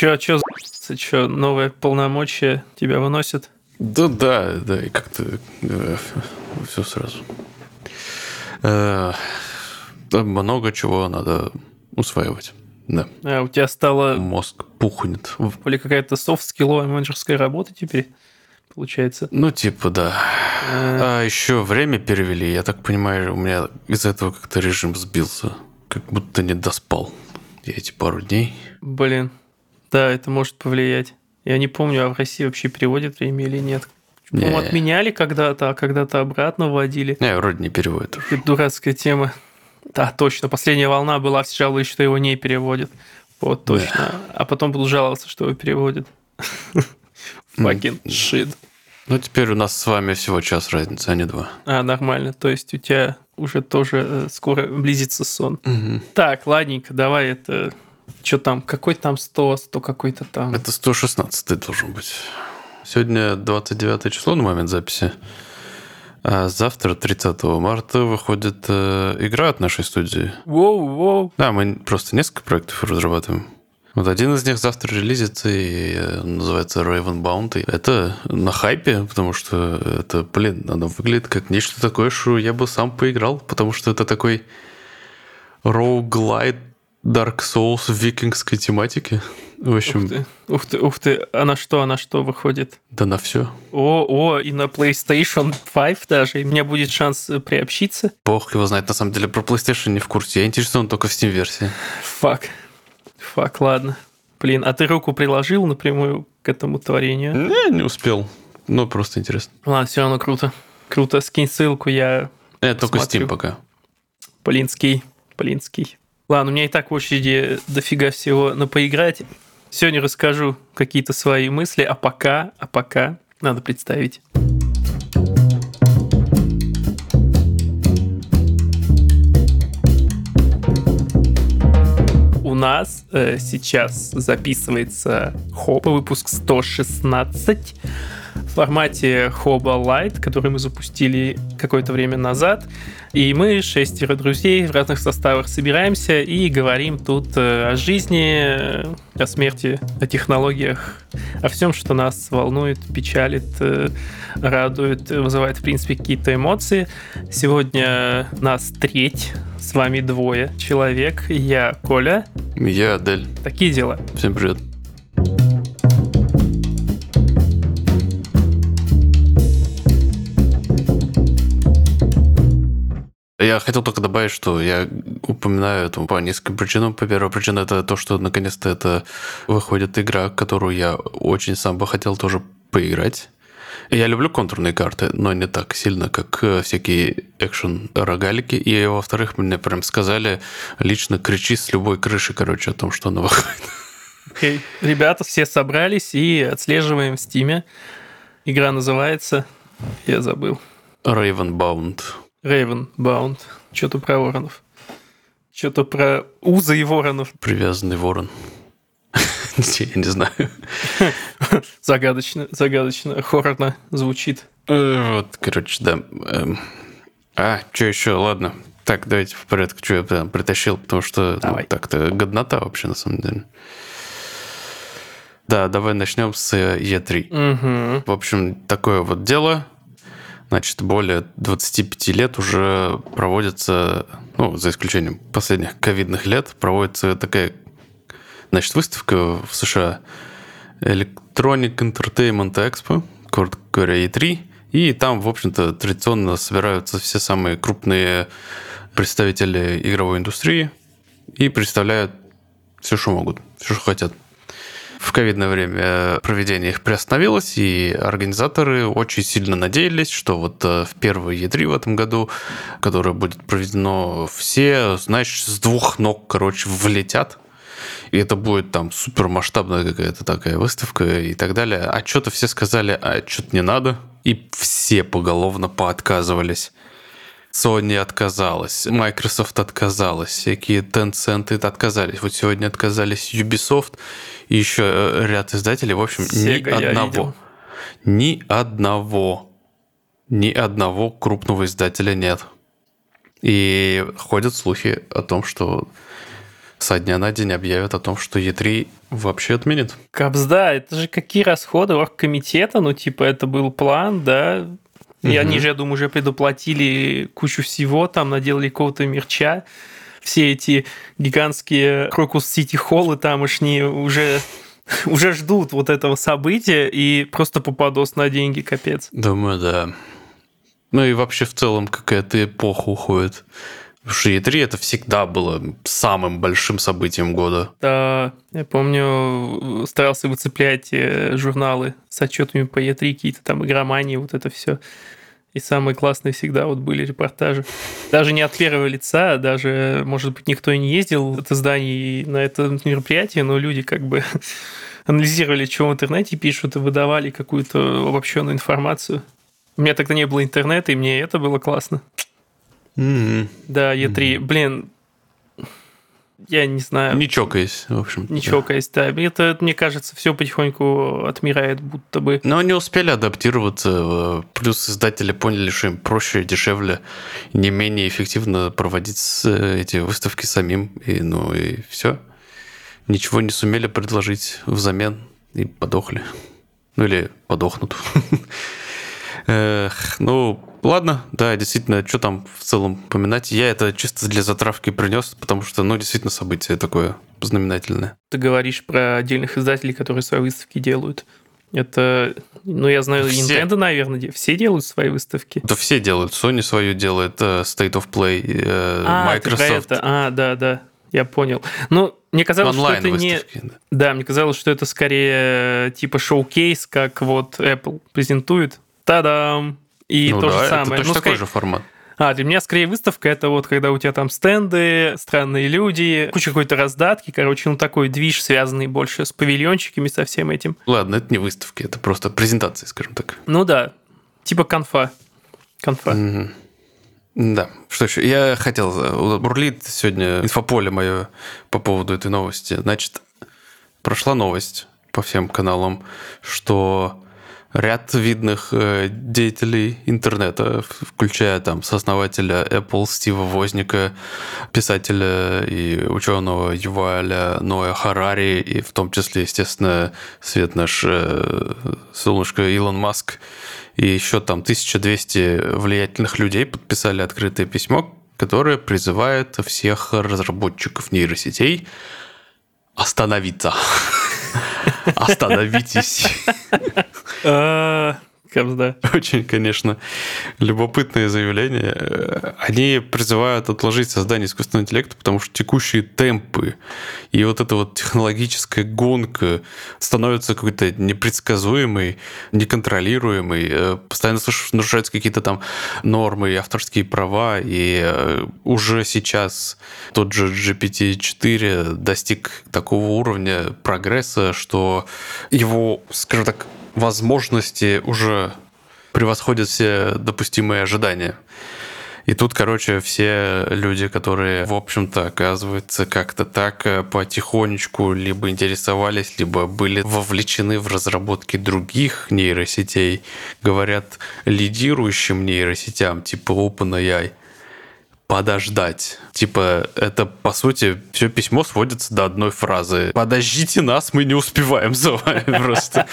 Чё, новые полномочия тебя выносят? Да, и как-то все сразу. Много чего надо усваивать. Да. У тебя стало Мозг пухнет. или какая-то софт-скилловая менеджерская работа теперь, получается? Типа, да. А еще время перевели. Я так понимаю, у меня из-за этого как-то режим сбился. Как будто не доспал я эти пару дней. Блин, да, это может повлиять. Я не помню, а в России вообще переводят время или нет. По-моему, отменяли когда-то, а когда-то обратно вводили. Не, вроде не переводят. Это дурацкая тема. Да, точно. Последняя волна была, все жаловались, что его не переводят. Вот, точно. Да. А потом будут жаловаться, что его переводят. Fucking shit. Теперь у нас с вами всего час разницы, а не 2. Нормально. То есть у тебя уже тоже скоро близится сон. Так, ладненько, давай это... Что там? Какой там 100 какой-то там? Это 116 должен быть. Сегодня 29 число на момент записи. А завтра, 30 марта, выходит игра от нашей студии. Воу. Да, мы просто несколько проектов разрабатываем. Вот один из них завтра релизится и называется Ravenbound. И это на хайпе, потому что это, оно выглядит как нечто такое, что я бы сам поиграл, потому что это такой roguelite Dark Souls в викингской тематике. В общем... Ух ты. А на что выходит? Да на все. И на PlayStation 5 даже. И у меня будет шанс приобщиться. Бог его знает. На самом деле про PlayStation не в курсе. Я интересован только в Steam-версии. Фак, ладно. Блин, а ты руку приложил напрямую к этому творению? Не успел. Просто интересно. Ладно, все равно круто. Круто, скинь ссылку, я только Steam пока. Блинский. Ладно, у меня и так в очереди дофига всего на поиграть. Сегодня расскажу какие-то свои мысли, а пока надо представить. У нас сейчас записывается Хоба, выпуск 116 в формате Хоба Light, который мы запустили какое-то время назад. И мы 6 друзей в разных составах собираемся и говорим тут о жизни, о смерти, о технологиях, о всем, что нас волнует, печалит, радует, вызывает, в принципе, какие-то эмоции. Сегодня нас треть, с вами 2 человек. Я Коля. Я Адель. Такие дела. Всем привет. Я хотел только добавить, что я упоминаю это по нескольким причинам. По первой причине это то, что наконец-то это выходит игра, которую я очень сам бы хотел тоже поиграть. Я люблю контурные карты, но не так сильно, как всякие экшен-рогалики. И, во-вторых, мне прям сказали, лично кричи с любой крыши, о том, что она выходит. Окей. Ребята, все собрались и отслеживаем в Стиме. Игра называется... Я забыл. Ravenbound. Что-то про воронов. Что-то про узы и воронов. Привязанный ворон. Я не знаю. Загадочно, хоррорно звучит. Да. Что еще? Ладно. Так, давайте в порядке, что я прям притащил, потому что так-то годнота вообще, на самом деле. Да, давай начнем с E3. В общем, такое вот дело. Значит, более 25 лет уже проводится, за исключением последних ковидных лет, проводится такая, выставка в США Electronic Entertainment Expo, коротко говоря, E3, и там, в общем-то, традиционно собираются все самые крупные представители игровой индустрии и представляют все, что могут, все, что хотят. В ковидное время проведение их приостановилось, и организаторы очень сильно надеялись, что вот в первый E3 в этом году, которое будет проведено, все, с 2 ног, влетят. И это будет там супермасштабная какая-то такая выставка и так далее. А что-то все сказали, а что-то не надо. И все поголовно поотказывались. Sony отказалась, Microsoft отказалась, всякие Tencent отказались. Вот сегодня отказались Ubisoft и еще ряд издателей. В общем, ни одного крупного издателя нет. И ходят слухи о том, что со дня на день объявят о том, что E3 вообще отменит. Капсда, это же какие расходы оргкомитета, ну, типа, это был план, да? И они же, я думаю, уже предуплатили кучу всего, там, наделали какого-то мерча. Все эти гигантские Крокус Сити Холлы тамошние уже ждут вот этого события и просто попадос на деньги, капец. Думаю, да. Ну и вообще в целом какая-то эпоха уходит. Потому что E3 это всегда было самым большим событием года. Да, я помню, старался выцеплять журналы с отчетами по E3, какие-то там игромании, вот это все. И самые классные всегда вот были репортажи. Даже не от первого лица, даже, может быть, никто и не ездил в это здание и на это мероприятие, но люди как бы анализировали, что в интернете пишут, и выдавали какую-то обобщенную информацию. У меня тогда не было интернета, и мне это было классно. Да, E3. Блин, я не знаю. Не чокаясь, в общем. Не чокаясь, да. Это, мне кажется, все потихоньку отмирает, будто бы. Но они успели адаптироваться. Плюс издатели поняли, что им проще, дешевле, не менее эффективно проводить эти выставки самим. И все. Ничего не сумели предложить взамен и подохли. Ну или подохнут. Ладно, да, действительно, что там в целом поминать? Я это чисто для затравки принес, потому что, действительно, событие такое знаменательное. Ты говоришь про отдельных издателей, которые свои выставки делают. Это, я знаю, все. Nintendo, наверное, все делают свои выставки. Да все делают. Sony свою делает, State of Play, Microsoft. Да, я понял. Мне казалось, что это не... Да, мне казалось, что это скорее типа шоу-кейс, как вот Apple презентует. Та-дам! И то же самое. Это точно такой же формат. Для меня скорее выставка это вот когда у тебя там стенды, странные люди, куча какой-то раздатки, такой движ, связанный больше с павильончиками, со всем этим. Ладно, это не выставки, это просто презентации, скажем так. Да, типа конфа. Да, что еще? Я хотел, бурлит сегодня инфополе мое по поводу этой новости. Значит, прошла новость по всем каналам, что ряд видных деятелей интернета, включая там сооснователя Apple Стива Возника, писателя и ученого Юваля Ноя Харари, и в том числе, естественно, свет наш солнышко Илон Маск, и еще там 1200 влиятельных людей подписали открытое письмо, которое призывает всех разработчиков нейросетей остановиться. Остановитесь. Да. Очень, конечно, любопытное заявление. Они призывают отложить создание искусственного интеллекта, потому что текущие темпы и вот эта вот технологическая гонка становится какой-то непредсказуемой, неконтролируемой. Постоянно слышу, что нарушаются какие-то там нормы и авторские права, и уже сейчас тот же GPT-4 достиг такого уровня прогресса, что его, скажем так, возможности уже превосходят все допустимые ожидания. И тут, все люди, которые, в общем-то, оказывается, как-то так потихонечку либо интересовались, либо были вовлечены в разработки других нейросетей, говорят лидирующим нейросетям, типа OpenAI, подождать. Это, по сути, все письмо сводится до одной фразы. Подождите нас, мы не успеваем за вами просто.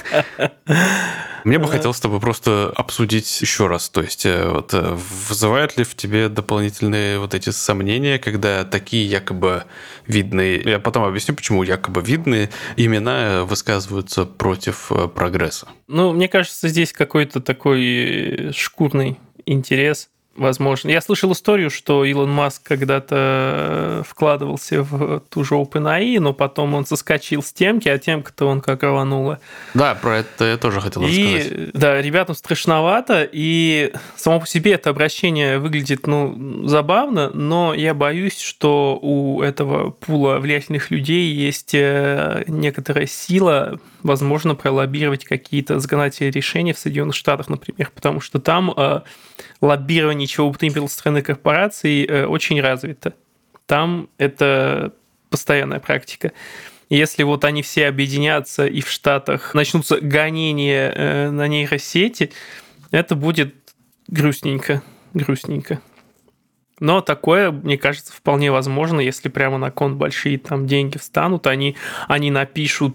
Мне бы хотелось с тобой просто обсудить еще раз. То есть, вызывают ли в тебе дополнительные вот эти сомнения, когда такие якобы видные, я потом объясню, почему якобы видные имена высказываются против прогресса? Мне кажется, здесь какой-то такой шкурный интерес. Возможно. Я слышал историю, что Илон Маск когда-то вкладывался в ту же OpenAI, но потом он соскочил с темки, а темка-то он как рванула. Да, про это я тоже хотел рассказать. Да, ребятам страшновато, и само по себе это обращение выглядит, забавно, но я боюсь, что у этого пула влиятельных людей есть некоторая сила, возможно, пролоббировать какие-то законодательные решения в Соединенных Штатах, например, потому что там лоббирование чего бы то ни было со стороны корпораций очень развито. Там это постоянная практика. Если они все объединятся и в Штатах начнутся гонения на нейросети, это будет грустненько. Но такое, мне кажется, вполне возможно, если прямо на кон большие там деньги встанут, они напишут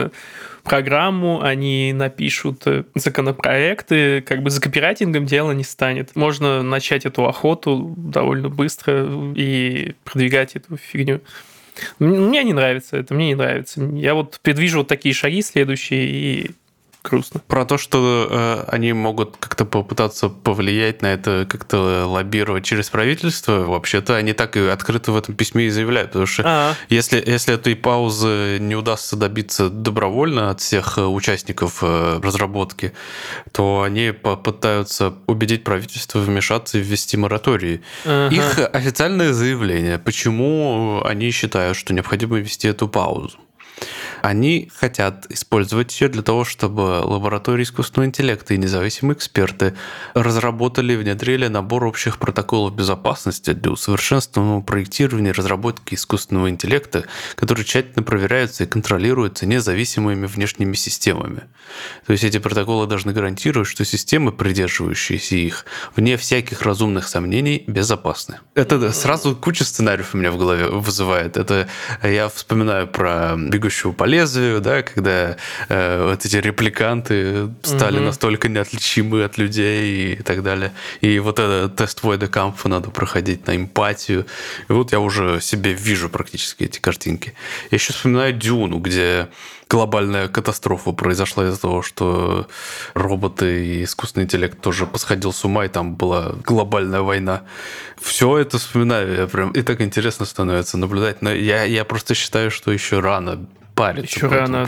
программу, они напишут законопроекты, как бы за копирайтингом дело не станет. Можно начать эту охоту довольно быстро и продвигать эту фигню. Мне не нравится это, мне не нравится. Я вот предвижу вот такие шаги следующие, и грустно. Про то, что они могут как-то попытаться повлиять на это, как-то лоббировать через правительство, вообще-то они так и открыто в этом письме и заявляют. Потому что если этой паузы не удастся добиться добровольно от всех участников разработки, то они попытаются убедить правительство вмешаться и ввести мораторий. Их официальное заявление, почему они считают, что необходимо ввести эту паузу. Они хотят использовать ее для того, чтобы лаборатории искусственного интеллекта и независимые эксперты разработали и внедрили набор общих протоколов безопасности для усовершенствованного проектирования и разработки искусственного интеллекта, которые тщательно проверяются и контролируются независимыми внешними системами. То есть эти протоколы должны гарантировать, что системы, придерживающиеся их, вне всяких разумных сомнений, безопасны. Это сразу куча сценариев у меня в голове вызывает. Это я вспоминаю про «Бегущего по лезвию», да, когда вот эти репликанты стали настолько неотличимы от людей и так далее. И вот этот тест Войда-Кампфа надо проходить на эмпатию. И вот я уже себе вижу практически эти картинки. Я еще вспоминаю «Дюну», где глобальная катастрофа произошла из-за того, что роботы и искусственный интеллект тоже посходил с ума, и там была глобальная война. Все это вспоминаю, я прям и так интересно становится наблюдать. Но я просто считаю, что еще рано париться. Еще рано,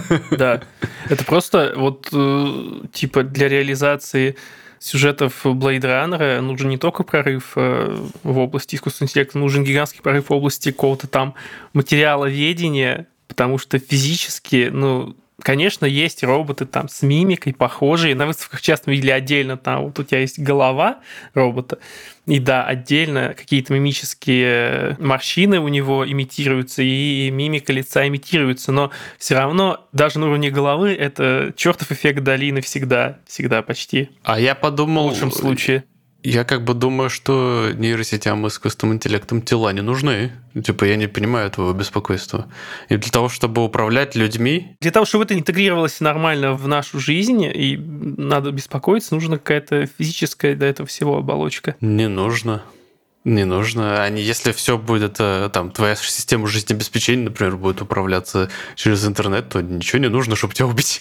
да. Это просто вот типа для реализации сюжетов Blade Runner нужен не только прорыв в области искусственного интеллекта, нужен гигантский прорыв в области какого-то там материаловедения, потому что физически, конечно, есть роботы там с мимикой похожие. На выставках часто видели отдельно, там вот у тебя есть голова робота, и да, отдельно какие-то мимические морщины у него имитируются, и мимика лица имитируется, но все равно даже на уровне головы это чертов эффект Дали навсегда, всегда почти. А я подумал... В лучшем случае. Я как бы думаю, что нейросетям и искусственным интеллектом тела не нужны. Типа, я не понимаю этого беспокойства. И для того, чтобы управлять людьми... Для того, чтобы это интегрировалось нормально в нашу жизнь, и надо беспокоиться, нужна какая-то физическая до этого всего оболочка. Не нужно. Не нужно. Если все будет, там, твоя система жизнеобеспечения, например, будет управляться через интернет, то ничего не нужно, чтобы тебя убить.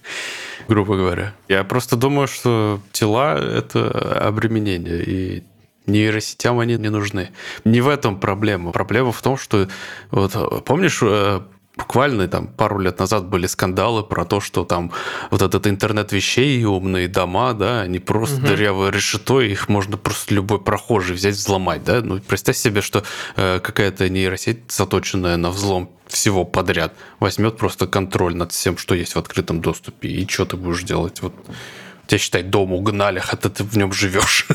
Грубо говоря. Я просто думаю, что тела — это обременение, и нейросетям они не нужны. Не в этом проблема. Проблема в том, что, вот помнишь, буквально там пару лет назад были скандалы про то, что там вот этот интернет вещей и умные дома, да, они просто дырявое решето, их можно просто любой прохожий взять, взломать, да. Представь себе, что какая-то нейросеть, заточенная на взлом всего подряд, возьмет просто контроль над всем, что есть в открытом доступе, и что ты будешь делать? Вот тебя, считай, дом угнали, хотя ты в нем живешь.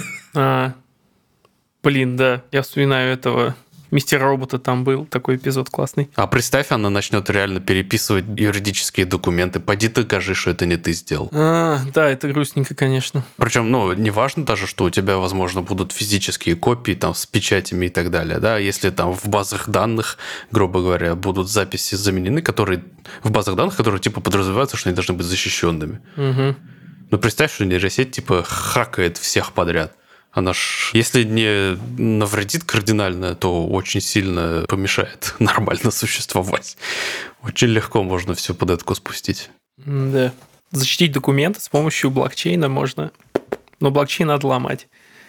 Блин, да, я вспоминаю этого Мистер Робота, там был такой эпизод классный. А представь, она начнет реально переписывать юридические документы. Поди докажи, что это не ты сделал. Да, это грустненько, конечно. Причем, не важно даже, что у тебя, возможно, будут физические копии там с печатями и так далее. Да? Если там в базах данных, грубо говоря, будут записи заменены, которые в базах данных, которые типа подразумеваются, что они должны быть защищенными. Представь, что нейросеть типа хакает всех подряд. Она ж, если не навредит кардинально, то очень сильно помешает нормально существовать. Очень легко можно все под эту спустить. Да. Защитить документы с помощью блокчейна можно, но блокчейн надо ломать.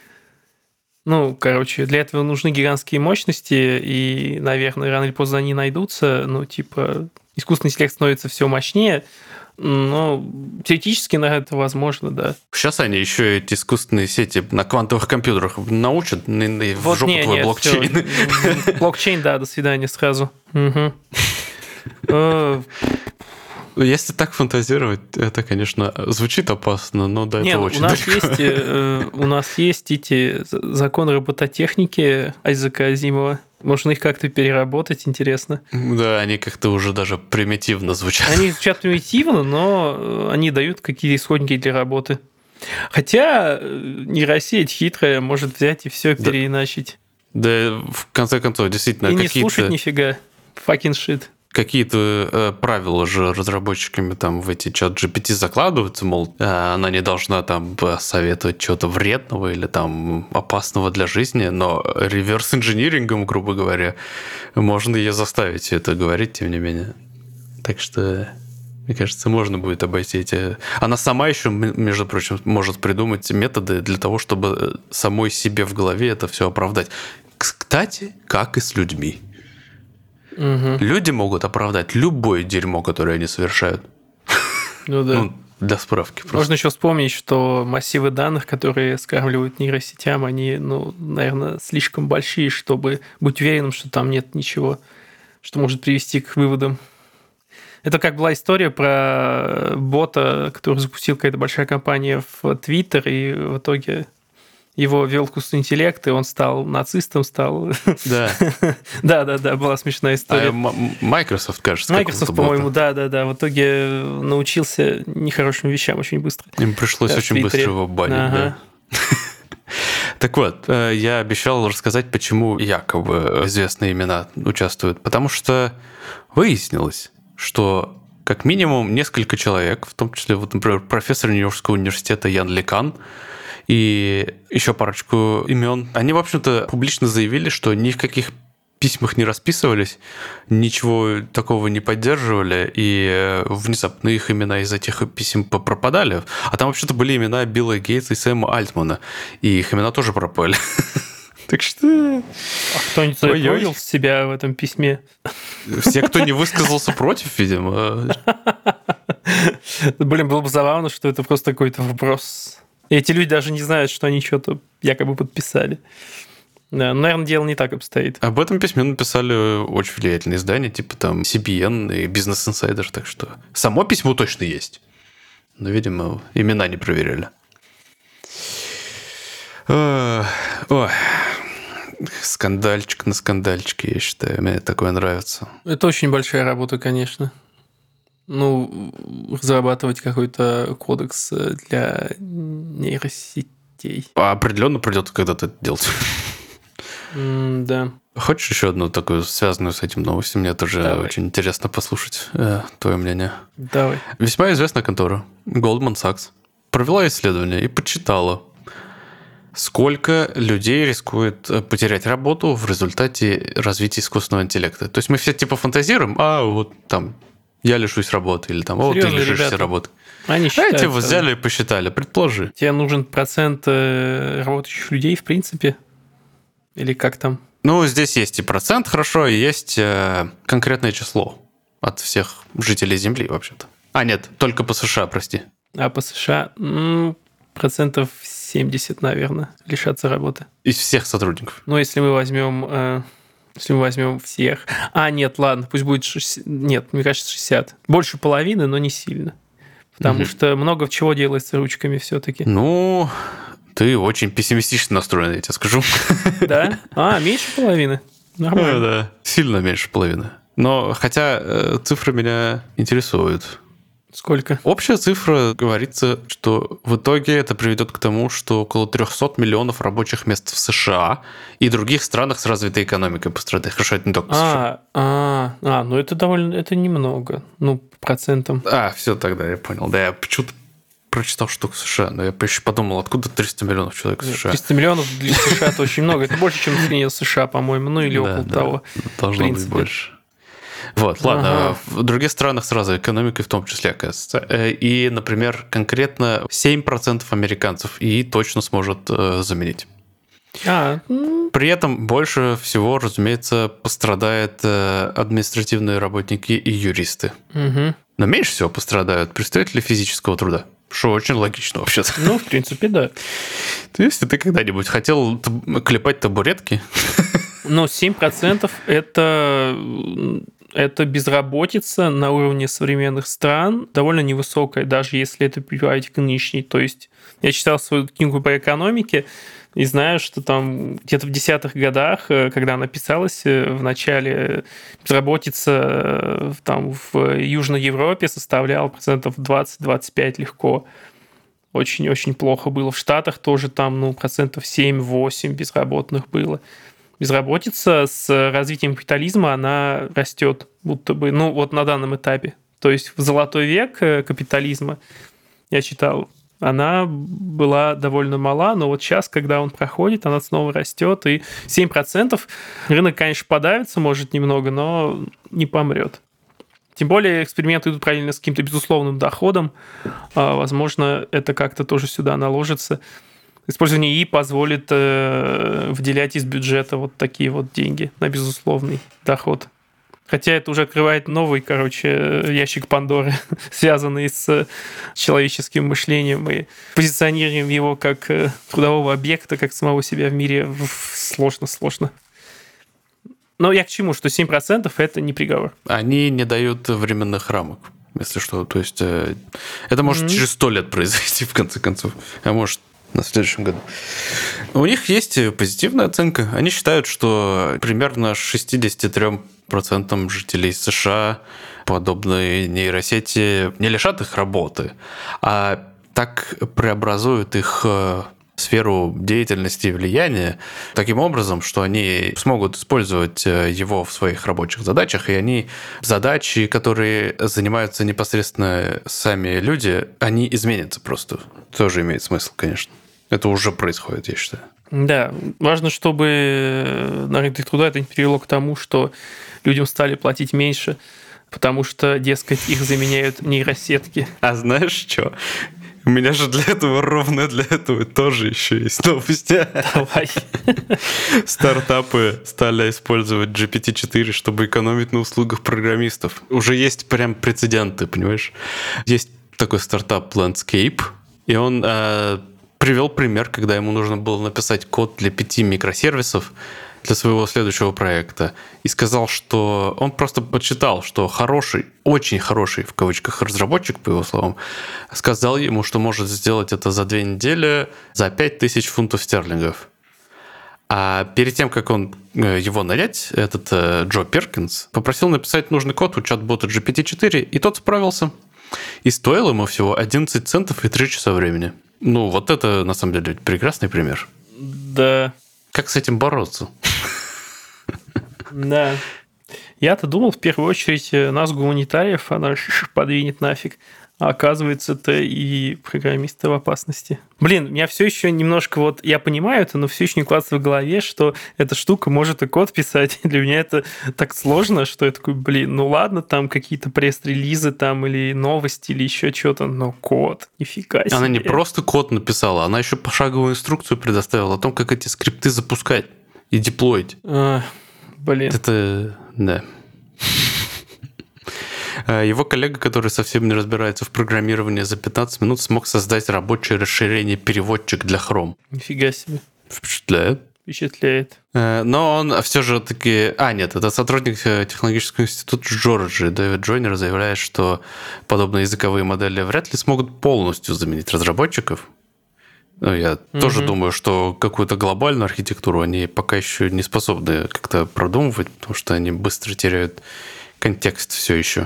Для этого нужны гигантские мощности, и, наверное, рано или поздно они найдутся. Искусственный интеллект становится все мощнее, но теоретически, наверное, это возможно, да. Сейчас они еще эти искусственные сети на квантовых компьютерах научат в жопу твой блокчейн. Блокчейн, да, до свидания сразу. Если так фантазировать, это, конечно, звучит опасно, но да, это очень далеко. У нас есть эти законы робототехники Айзека Азимова. Можно их как-то переработать, интересно. Да, они как-то уже даже примитивно звучат. Они звучат примитивно, но они дают какие-то исходники для работы. Хотя нейросеть хитрая может взять и все переиначить. Да, в конце концов, действительно, и не слушать нифига. Fucking shit. Какие-то правила же разработчиками там в эти чат GPT закладываются, мол, она не должна там советовать чего-то вредного или там опасного для жизни, но реверс-инжинирингом, грубо говоря, можно ее заставить это говорить, тем не менее. Так что, мне кажется, можно будет обойти эти... Она сама еще, между прочим, может придумать методы для того, чтобы самой себе в голове это все оправдать. Кстати, как и с людьми. Угу. Люди могут оправдать любое дерьмо, которое они совершают. Ну да. Для справки просто. Можно еще вспомнить, что массивы данных, которые скармливают нейросетям, они, наверное, слишком большие, чтобы быть уверенным, что там нет ничего, что может привести к выводам. Это как была история про бота, который запустил какая-то большая компания в Twitter, и в итоге его ввел искусственный интеллект, и он стал нацистом, стал... Да. Да, была смешная история. Microsoft, кажется. Microsoft, по-моему, да. В итоге научился нехорошим вещам очень быстро. Им пришлось очень быстро его банить, да. Так вот, я обещал рассказать, почему якобы известные имена участвуют. Потому что выяснилось, что как минимум несколько человек, в том числе, вот, например, профессор Нью-Йоркского университета Ян Лекан, и еще парочку имен. Они, в общем-то, публично заявили, что ни в каких письмах не расписывались, ничего такого не поддерживали, и внезапно их имена из этих писем пропадали. А там вообще-то были имена Билла Гейтса и Сэма Альтмана, и их имена тоже пропали. Так что... А кто-нибудь запомнил себя в этом письме? Все, кто не высказался против, видимо. Блин, было бы забавно, что это просто какой-то вопрос... И эти люди даже не знают, что они что-то якобы подписали. Да, наверное, дело не так обстоит. Об этом письме написали очень влиятельные издания, типа там CBN и Business Insider, так что само письмо точно есть. Но, видимо, имена не проверяли. Ой, скандальчик на скандальчике, я считаю. Мне такое нравится. Это очень большая работа, конечно. Разрабатывать какой-то кодекс для нейросетей. Определенно придется когда-то это делать. Да. Хочешь еще одну такую, связанную с этим новость? Мне тоже очень интересно послушать твое мнение. Давай. Весьма известная контора Goldman Sachs провела исследование и подсчитала, сколько людей рискует потерять работу в результате развития искусственного интеллекта. То есть мы все типа фантазируем, вот там я лишусь работы, или там, ты лишишься работы. Они считают, эти взяли и посчитали, предположи. Тебе нужен процент работающих людей, в принципе? Или как там? Здесь есть и процент, хорошо, и есть конкретное число от всех жителей Земли, вообще-то. Нет, только по США, прости. А по США, процентов 70, наверное, лишатся работы. Из всех сотрудников. Если мы возьмем всех... нет, ладно, пусть будет 60... Нет, мне кажется, 60. Больше половины, но не сильно. Потому что много чего делается ручками все-таки. Ты очень пессимистично настроен, я тебе скажу. Да? Меньше половины. Нормально. Да, сильно меньше половины. Но хотя цифры меня интересуют. Сколько? Общая цифра говорится, что в итоге это приведет к тому, что около 300 миллионов рабочих мест в США и других странах с развитой экономикой пострадают. Хорошо, это не только США. Это довольно... Это немного. По процентам. Все, тогда я понял. Да, я почему-то прочитал штуку США, но я еще подумал, откуда 300 миллионов человек в США? 300 миллионов для США это очень много. Это больше, чем население США, по-моему. Или около того. Должно быть больше. Ладно, в других странах сразу экономикой в том числе, оказывается. И, например, конкретно 7% американцев и точно сможет заменить. При этом больше всего, разумеется, пострадают административные работники и юристы. Но меньше всего пострадают представители физического труда. Что очень логично вообще-то. В принципе, да. Если ты когда-нибудь хотел клепать табуретки... 7% это безработица на уровне современных стран довольно невысокая, даже если это прибавить к нынешней. То есть я читал свою книгу по экономике и знаю, что там где-то в 10-х годах, когда она писалась, в начале безработица там в Южной Европе составляла процентов 20-25 легко. очень-очень плохо было. В Штатах тоже там, 7-8% безработных было. Безработица с развитием капитализма, она растет, будто бы, на данном этапе. То есть в золотой век капитализма, я читал, она была довольно мала, но вот сейчас, когда он проходит, она снова растет, и 7% рынок, конечно, подавится, может, немного, но не помрет. Тем более эксперименты идут правильно с каким-то безусловным доходом. Возможно, это как-то тоже сюда наложится. Использование ИИ позволит выделять из бюджета вот такие вот деньги на безусловный доход. Хотя это уже открывает новый, ящик Пандоры, связанный с человеческим мышлением и позиционированием его как трудового объекта, как самого себя в мире. Сложно. Но я к чему? Что 7% – это не приговор. Они не дают временных рамок, если что. То есть это может через 100 лет произойти, в конце концов. А может, на следующем году. У них есть позитивная оценка. Они считают, что примерно 63% жителей США подобные нейросети не лишат их работы, а так преобразуют их сферу деятельности и влияния таким образом, что они смогут использовать его в своих рабочих задачах, и они задачи, которые занимаются непосредственно сами люди, они изменятся просто. Тоже имеет смысл, конечно. Это уже происходит, я считаю. Да, важно, чтобы на рынке труда это не привело к тому, что людям стали платить меньше, потому что, дескать, их заменяют нейросетки. А знаешь что? У меня же ровно для этого тоже еще есть новости. Давай. Стартапы стали использовать GPT-4, чтобы экономить на услугах программистов. Уже есть прям прецеденты, понимаешь? Есть такой стартап Landscape, и он привел пример, когда ему нужно было написать код для 5 микросервисов для своего следующего проекта. И сказал, что он просто подсчитал, что хороший, очень хороший, в кавычках, разработчик, по его словам, сказал ему, что может сделать это за 2 недели за 5000 фунтов стерлингов. А перед тем, как он его нанять, этот Джо Перкинс попросил написать нужный код у чат-бота GPT-4, и тот справился. И стоило ему всего 11 центов и 3 часа времени. Вот это, на самом деле, прекрасный пример. Да. Как с этим бороться? Да. Я-то думал, в первую очередь, нас, гуманитариев, она подвинет нафиг. А оказывается, это и программисты в опасности. Блин, у меня все еще немножко я понимаю это, но все еще не укладывается в голове, что эта штука может и код писать. Для меня это так сложно, что я такой, ладно, там какие-то пресс-релизы там или новости, или еще что-то, но код, нифига себе. Она не просто код написала, она еще пошаговую инструкцию предоставила о том, как эти скрипты запускать и деплоить. Это, да. Его коллега, который совсем не разбирается в программировании, за 15 минут смог создать рабочее расширение переводчик для Chrome. Нифига себе. Впечатляет. Но он все же таки... это сотрудник технологического института Джорджии Дэвид Джойнер заявляет, что подобные языковые модели вряд ли смогут полностью заменить разработчиков. Я тоже думаю, что какую-то глобальную архитектуру они пока еще не способны как-то продумывать, потому что они быстро теряют контекст все еще.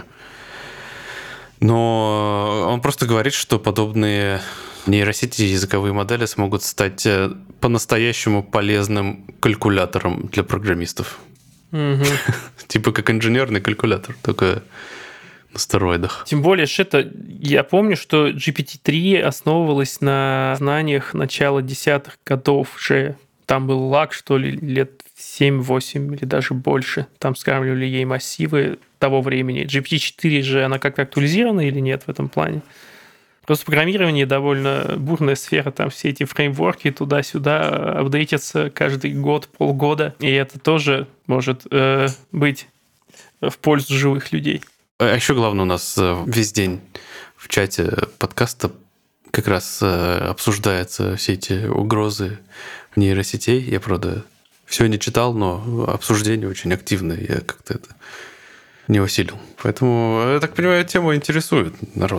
Но он просто говорит, что подобные нейросети и языковые модели смогут стать по-настоящему полезным калькулятором для программистов. Типа как инженерный калькулятор, только на стероидах. Тем более, я помню, что GPT-3 основывалась на знаниях начала 10-х годов уже. Там был лаг, что ли, лет 7-8 или даже больше. Там скармливали ей массивы того времени. GPT-4 же, она как-то актуализирована или нет в этом плане? Просто программирование довольно бурная сфера, там все эти фреймворки туда-сюда апдейтятся каждый год, полгода, и это тоже может быть в пользу живых людей. А еще главное, у нас весь день в чате подкаста как раз обсуждаются все эти угрозы нейросетей. Я, правда, все не читал, но обсуждение очень активное. Я как-то это не усилил. Поэтому, я так понимаю, тема интересует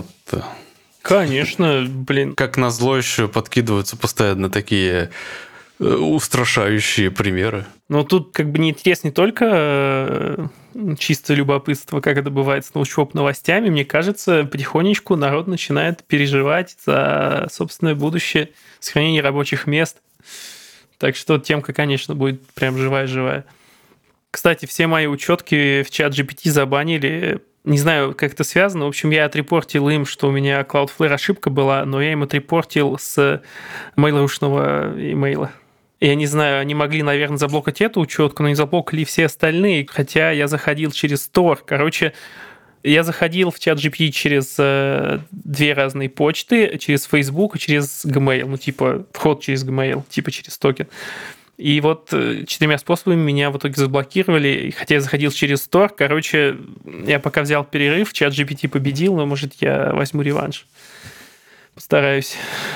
народ-то. Конечно, Как назло еще подкидываются постоянно такие устрашающие примеры. Но тут как бы не интересно не только чисто любопытство, как это бывает с научпоп-новостями. Мне кажется, потихонечку народ начинает переживать за собственное будущее, сохранение рабочих мест. Так что темка, конечно, будет прям живая-живая. Кстати, все мои учетки в чат GPT забанили. Не знаю, как это связано. В общем, я отрепортил им, что у меня Cloudflare ошибка была, но я им отрепортил с Mail.ru-шного имейла. Я не знаю, они могли, наверное, заблокать эту учетку, но не заблокали все остальные, хотя я заходил через Tor. Короче, я заходил в чат GPT через две разные почты, через Facebook и через Gmail. Ну, типа, вход через Gmail, типа через токен. И вот 4 способами меня в итоге заблокировали, хотя я заходил через Tor. Короче, я пока взял перерыв, чат GPT победил, но, может, я возьму реванш. Постараюсь.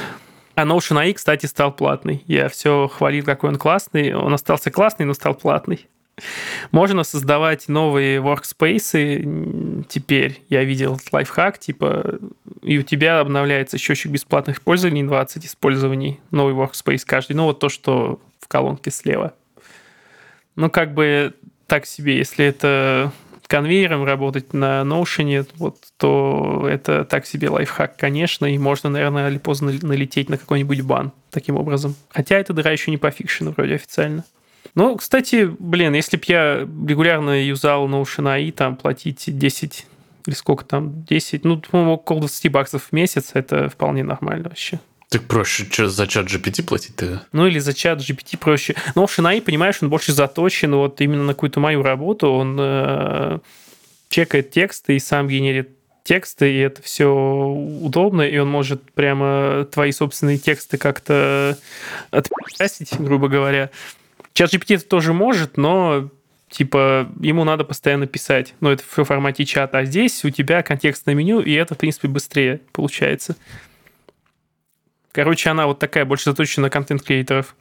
А Notion AI, кстати, стал платный. Я все хвалил, какой он классный. Он остался классный, но стал платный. Можно создавать новые workspace. Теперь я видел лайфхак, типа, и у тебя обновляется счетчик бесплатных пользований, 20 использований, новый workspace каждый. Ну, вот то, что в колонке слева. Ну, как бы так себе, если это конвейером работать на Notion, вот, то это так себе лайфхак, конечно, и можно, наверное, или поздно налететь на какой-нибудь бан таким образом. Хотя эта дыра еще не пофикшена вроде официально. Ну, кстати, если бы я регулярно юзал Notion AI, там, платить 10 или сколько там, 10, ну, по-моему, около $20 в месяц, это вполне нормально вообще. Так проще за чат GPT платить-то? Ну, или за чат GPT проще. Но Notion AI, понимаешь, он больше заточен вот именно на какую-то мою работу. Он чекает тексты и сам генерит тексты, и это все удобно, и он может прямо твои собственные тексты как-то отписать, грубо говоря. Чат GPT это тоже может, но типа ему надо постоянно писать. Но это в формате чата. А здесь у тебя контекстное меню, и это, в принципе, быстрее получается. Короче, она вот такая, больше заточена на контент-креаторов.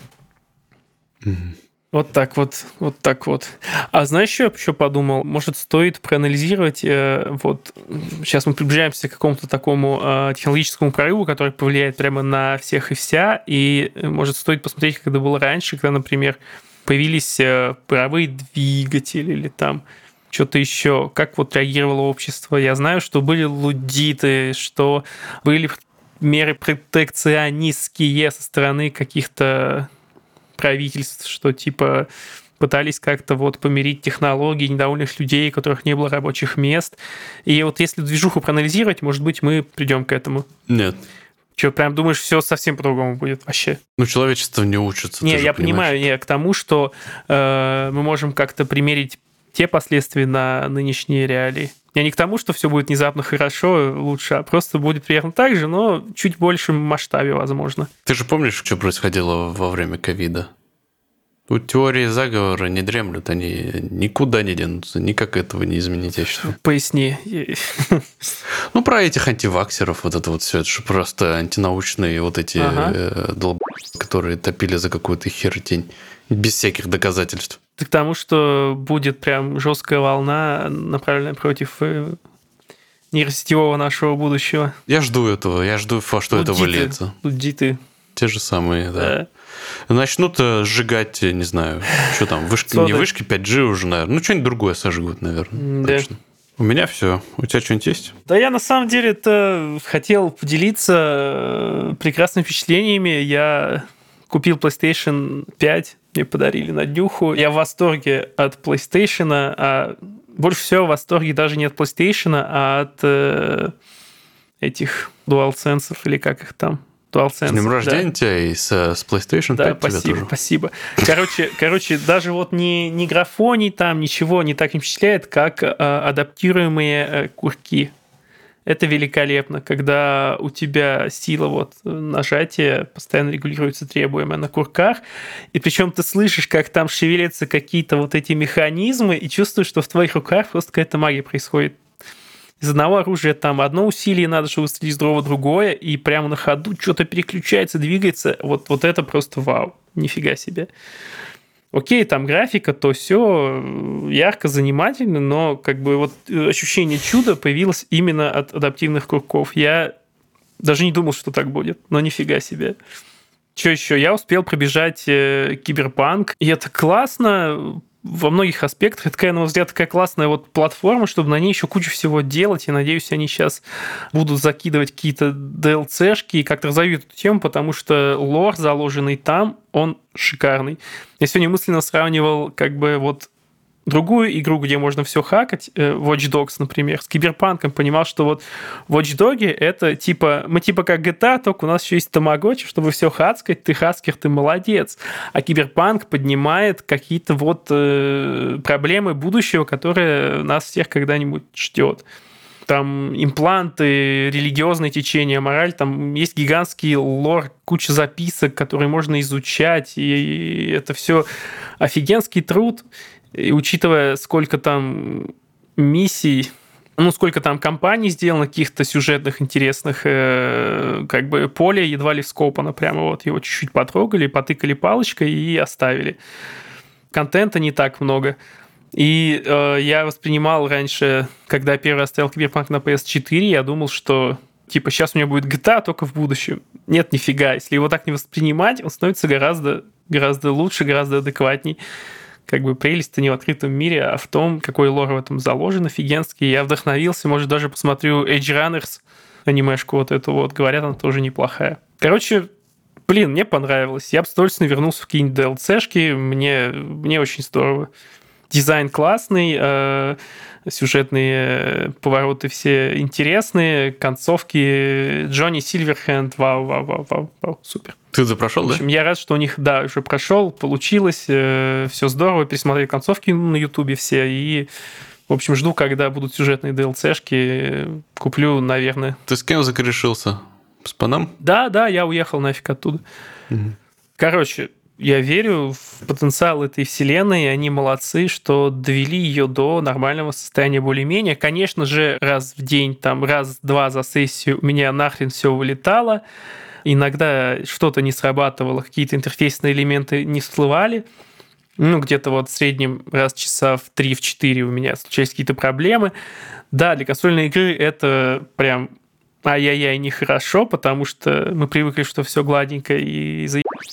Вот так вот, вот так вот. А знаешь, что я еще подумал? Может, стоит проанализировать, вот сейчас мы приближаемся к какому-то такому технологическому прорыву, который повлияет прямо на всех и вся, и может, стоит посмотреть, как это было раньше, когда, например, появились паровые двигатели или там что-то еще, как вот реагировало общество. Я знаю, что были луддиты, что были меры протекционистские со стороны каких-то правительств, что типа пытались как-то вот помирить технологии недовольных людей, у которых не было рабочих мест. И вот если движуху проанализировать, может быть, мы придем к этому. Нет. Что, прям думаешь, все совсем по-другому будет вообще? Ну, человечество не учится. Не, я понимаю, не к тому, что мы можем как-то примерить те последствия на нынешние реалии. Я не к тому, что все будет внезапно хорошо, лучше, а просто будет примерно так же, но чуть в большем масштабе, возможно. Ты же помнишь, что происходило во время ковида? Тут теории заговора не дремлют, они никуда не денутся, никак этого не изменить, я считаю. Поясни. Ну, про этих антиваксеров, вот это вот все, это же просто антинаучные вот эти которые топили за какую-то херотень, без всяких доказательств. К тому, что будет прям жесткая волна, направленная против нейросетевого нашего будущего. Я жду этого, во что это выльется. Луддиты. Те же самые, да. Начнут сжигать, не знаю, что там, вышки, не вышки, 5G уже, наверное. Ну, что-нибудь другое сожгут, наверное. Да. Точно. У меня все. У тебя что-нибудь есть? Да я на самом деле хотел поделиться прекрасными впечатлениями. Я купил PlayStation 5, мне подарили на днюху. Я в восторге от PlayStation, а больше всего в восторге даже не от PlayStation, а от этих DualSense, или как их там? DualSense. С днем рождения тебя и с PlayStation 5 да, тебя тоже. Спасибо. Короче, даже вот ни графоний там, ничего не так не впечатляет, как адаптируемые курки. Это великолепно, когда у тебя сила вот нажатия постоянно регулируется требуемая на курках, и причем ты слышишь, как там шевелятся какие-то вот эти механизмы, и чувствуешь, что в твоих руках просто какая-то магия происходит. Из одного оружия там одно усилие надо, чтобы выстрелить, из другого другое, и прямо на ходу что-то переключается, двигается. Вот это просто вау. Нифига себе. Окей, там графика, то все ярко, занимательно, но как бы вот ощущение чуда появилось именно от адаптивных курков. Я даже не думал, что так будет, но нифига себе. Что еще? Я успел пробежать Киберпанк, и это классно. Во многих аспектах. Это, на мой взгляд, такая классная вот платформа, чтобы на ней еще кучу всего делать. И надеюсь, они сейчас будут закидывать какие-то DLC-шки и как-то разовьют эту тему, потому что лор, заложенный там, он шикарный. Я сегодня мысленно сравнивал как бы вот другую игру, где можно все хакать, Watch Dogs, например, с Киберпанком, понимал, что вот Watch Dogs это типа, мы типа как GTA, только у нас еще есть тамагочи, чтобы все хаскать, ты хаскер, ты молодец. А Киберпанк поднимает какие-то вот проблемы будущего, которые нас всех когда-нибудь ждет. Там импланты, религиозное течение, мораль, там есть гигантский лор, куча записок, которые можно изучать, и это все офигенский труд. И учитывая, сколько там миссий, сколько там компаний сделано, каких-то сюжетных, интересных, как бы поле едва ли вскопано. Прямо вот его чуть-чуть потрогали, потыкали палочкой и оставили. Контента не так много. И я воспринимал раньше, когда первый раз ставил Киберпанк на PS4, я думал, что типа сейчас у меня будет GTA, только в будущем. Нет, нифига. Если его так не воспринимать, он становится гораздо лучше, гораздо адекватней. Как бы прелесть-то не в открытом мире, а в том, какой лор в этом заложен офигенский. Я вдохновился, может, даже посмотрю Edge Runners, анимешку вот эту вот. Говорят, она тоже неплохая. Короче, мне понравилось. Я бы с удовольствием вернулся в какие-нибудь DLC-шки. Мне очень здорово. Дизайн классный, сюжетные повороты все интересные, концовки Джонни Сильверхенд, вау, супер. Ты запрошел, да? В общем, я рад, что у них, да, уже прошел, получилось, все здорово, пересмотрел концовки на Ютубе все, и, в общем, жду, когда будут сюжетные DLC-шки, куплю, наверное. Ты с кем закорешился? С паном? Да, я уехал нафиг оттуда. Угу. Короче, я верю в потенциал этой вселенной, и они молодцы, что довели ее до нормального состояния более-менее. Конечно же, раз в день, там, раз-два за сессию у меня нахрен все вылетало. Иногда что-то не срабатывало, какие-то интерфейсные элементы не всплывали. Где-то вот в среднем раз часа в 3-4 у меня случались какие-то проблемы. Да, для консольной игры это прям ай-яй-яй нехорошо, потому что мы привыкли, что все гладенько и